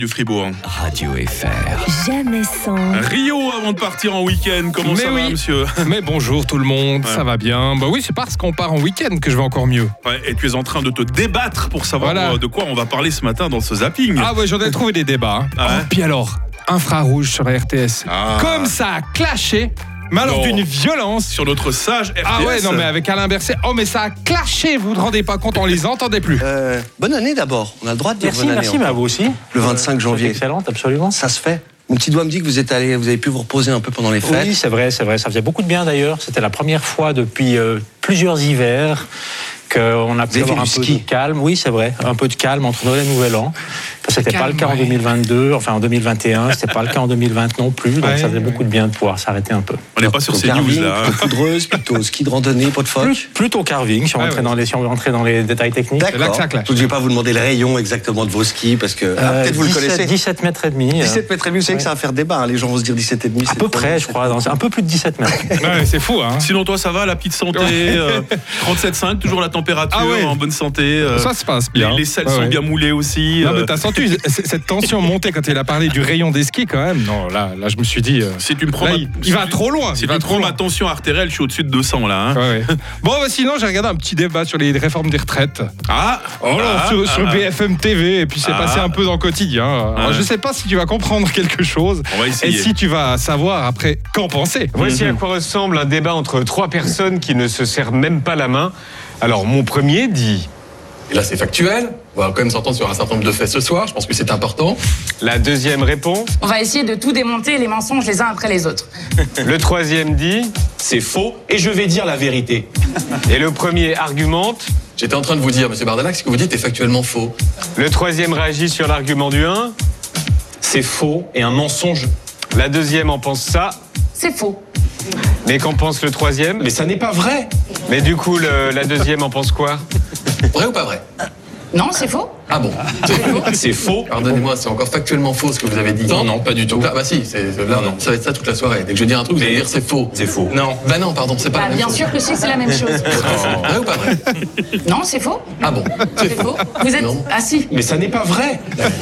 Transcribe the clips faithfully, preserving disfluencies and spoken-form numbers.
du Fribourg. Radio F R. Jamais sans. Rio avant de partir en week-end. Comment Mais ça oui. va, monsieur? Mais bonjour tout le monde, Ouais. ça va bien. Bah oui, c'est parce qu'on part en week-end que je vais encore mieux. Ouais, et tu es en train de te débattre pour savoir Voilà. euh, de quoi on va parler ce matin dans ce zapping. Ah ouais, j'en ai trouvé des débats. hein. Ah ouais. Oh, puis alors, infrarouge sur la R T S. Ah. Comme ça a clashé, mais alors Non. d'une violence. Sur notre sage R T S. Ah ouais, non mais avec Alain Berset. Oh mais ça a clashé, vous ne vous rendez pas compte, on les entendait plus. Euh, bonne année d'abord. On a le droit de dire Merci, bonne année. merci, mais à vous aussi. Le vingt-cinq janvier. C'est excellente, absolument. Ça se fait. Mon petit doigt me dit que vous êtes allé, vous avez pu vous reposer un peu pendant les fêtes. Oui, c'est vrai, c'est vrai. Ça faisait beaucoup de bien d'ailleurs. C'était la première fois depuis euh, plusieurs hivers qu'on a pu avez avoir fait un du peu ski. de calme. Oui, c'est vrai, un peu de calme entre Noël et Nouvel An. C'était pas Calme, le cas en ouais. deux mille vingt-deux, enfin en deux mille vingt et un, c'était pas le cas en deux mille vingt non plus. Donc Ouais, ça faisait ouais. beaucoup de bien de pouvoir s'arrêter un peu. On n'est pas sur Donc, ces news carving, là. plutôt poudreuse, plutôt ski de randonnée, pot de phoque. Plus- plutôt carving, si on, Ouais, rentrait ouais. dans les, si on rentrait dans les détails techniques. D'accord. là que ça clash. Donc, je vais pas vous demander le rayon exactement de vos skis parce que ah, Euh, peut-être vous le dix-sept connaissez. dix-sept mètres et demi. euh, dix-sept mètres et demi, vous savez que Ouais. ça va faire débat. hein. Les gens vont se dire dix-sept et demi. À peu près, je crois, dans, un peu plus de dix-sept mètres. Ouais, c'est fou, hein. Sinon, toi, ça va, la petite santé, Ouais. euh, trente-sept virgule cinq, toujours la température, Ah ouais. en bonne santé. euh, Ça se passe les, bien. les selles Ouais, sont ouais. bien moulées aussi. Non euh, mais t'as senti c- cette tension monter quand il a parlé du rayon des skis quand même. Non, là, là je me suis dit, euh, si tu me prends là, ma- il, si il va tu- trop loin. Si il tu va me trop prends loin. ma tension artérielle, je suis au-dessus de deux cents là. hein. Ouais, ouais. Bon, bah, sinon, j'ai regardé un petit débat sur les réformes des retraites. Ah, Oh là, ah, sur, sur ah, B F M T V, et puis c'est Ah. passé un peu dans le quotidien. Alors, Ah. je sais pas si tu vas comprendre quelque chose, On va et essayer. si tu vas savoir après qu'en penser. Voici à quoi ressemble un débat entre trois personnes qui ne se serrent même pas la main. Alors, mon premier dit, Et là, c'est factuel. On va quand même s'entendre sur un certain nombre de faits ce soir. Je pense que c'est important. la deuxième répond, On va essayer de tout démonter, les mensonges les uns après les autres. le troisième dit, C'est faux et je vais dire la vérité. et le premier argumente. J'étais en train de vous dire, monsieur Bardalac, ce que vous dites est factuellement faux. Le troisième réagit sur l'argument du un. C'est faux et un mensonge. La deuxième en pense ça. C'est faux. Mais qu'en pense le troisième? Mais ça n'est pas vrai. Mais du coup, le- la deuxième en pense quoi? Vrai ou pas vrai? Non, c'est faux. Ah bon? C'est- C'est faux. Pardonnez-moi, c'est encore factuellement faux ce que vous avez dit. Non, non, pas du tout. Là, bah si, c'est, là, non, ça va être ça toute la soirée. Dès que je dis un truc, vous allez dire c'est faux. C'est faux. Non. Bah non, pardon, c'est pas Bah, la même bien chose. sûr que si, c'est la même chose. Vrai ou pas vrai? Non, c'est faux. Ah bon? C'est faux. Vous êtes. Non. Ah si. Mais ça n'est pas vrai.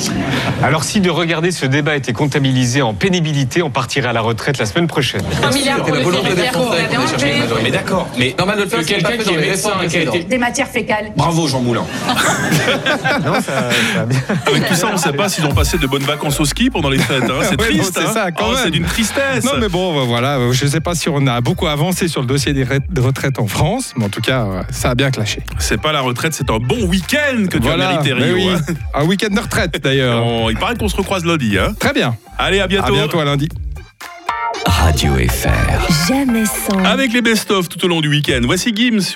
Alors, si de regarder ce débat était comptabilisé en pénibilité, on partirait à la retraite la semaine prochaine. Un milliard pour C'était la le volonté des ferroviaire qu'on Français avait qu'on allait chercher une enlevé. majorité. Mais d'accord. Mais normal de le faire, Que c'est pas quelqu'un fait qui dans est les médecin réformes et qui a été- précédentes. Des matières fécales. Bravo Jean Moulin. Avec tout ça, on ne sait pas s'ils ont passé de bonnes vacances au ski pendant les fêtes. hein. C'est Ouais, triste. non, c'est hein. ça, quand Oh, même. c'est d'une tristesse. Non mais bon, bah, voilà, je sais pas si on a beaucoup avancé sur le dossier des re- de retraite en France, mais en tout cas, euh, ça a bien clashé. C'est pas la retraite, c'est un bon week-end que tu Voilà, as mérité, mais Rio. oui. hein. Un week-end de retraite d'ailleurs. On- il paraît qu'on se recroise lundi. Hein. Très bien, Allez, à bientôt. à bientôt à lundi. Radio F R. Jamais sans. Avec les best-of tout au long du week-end. Voici Gims.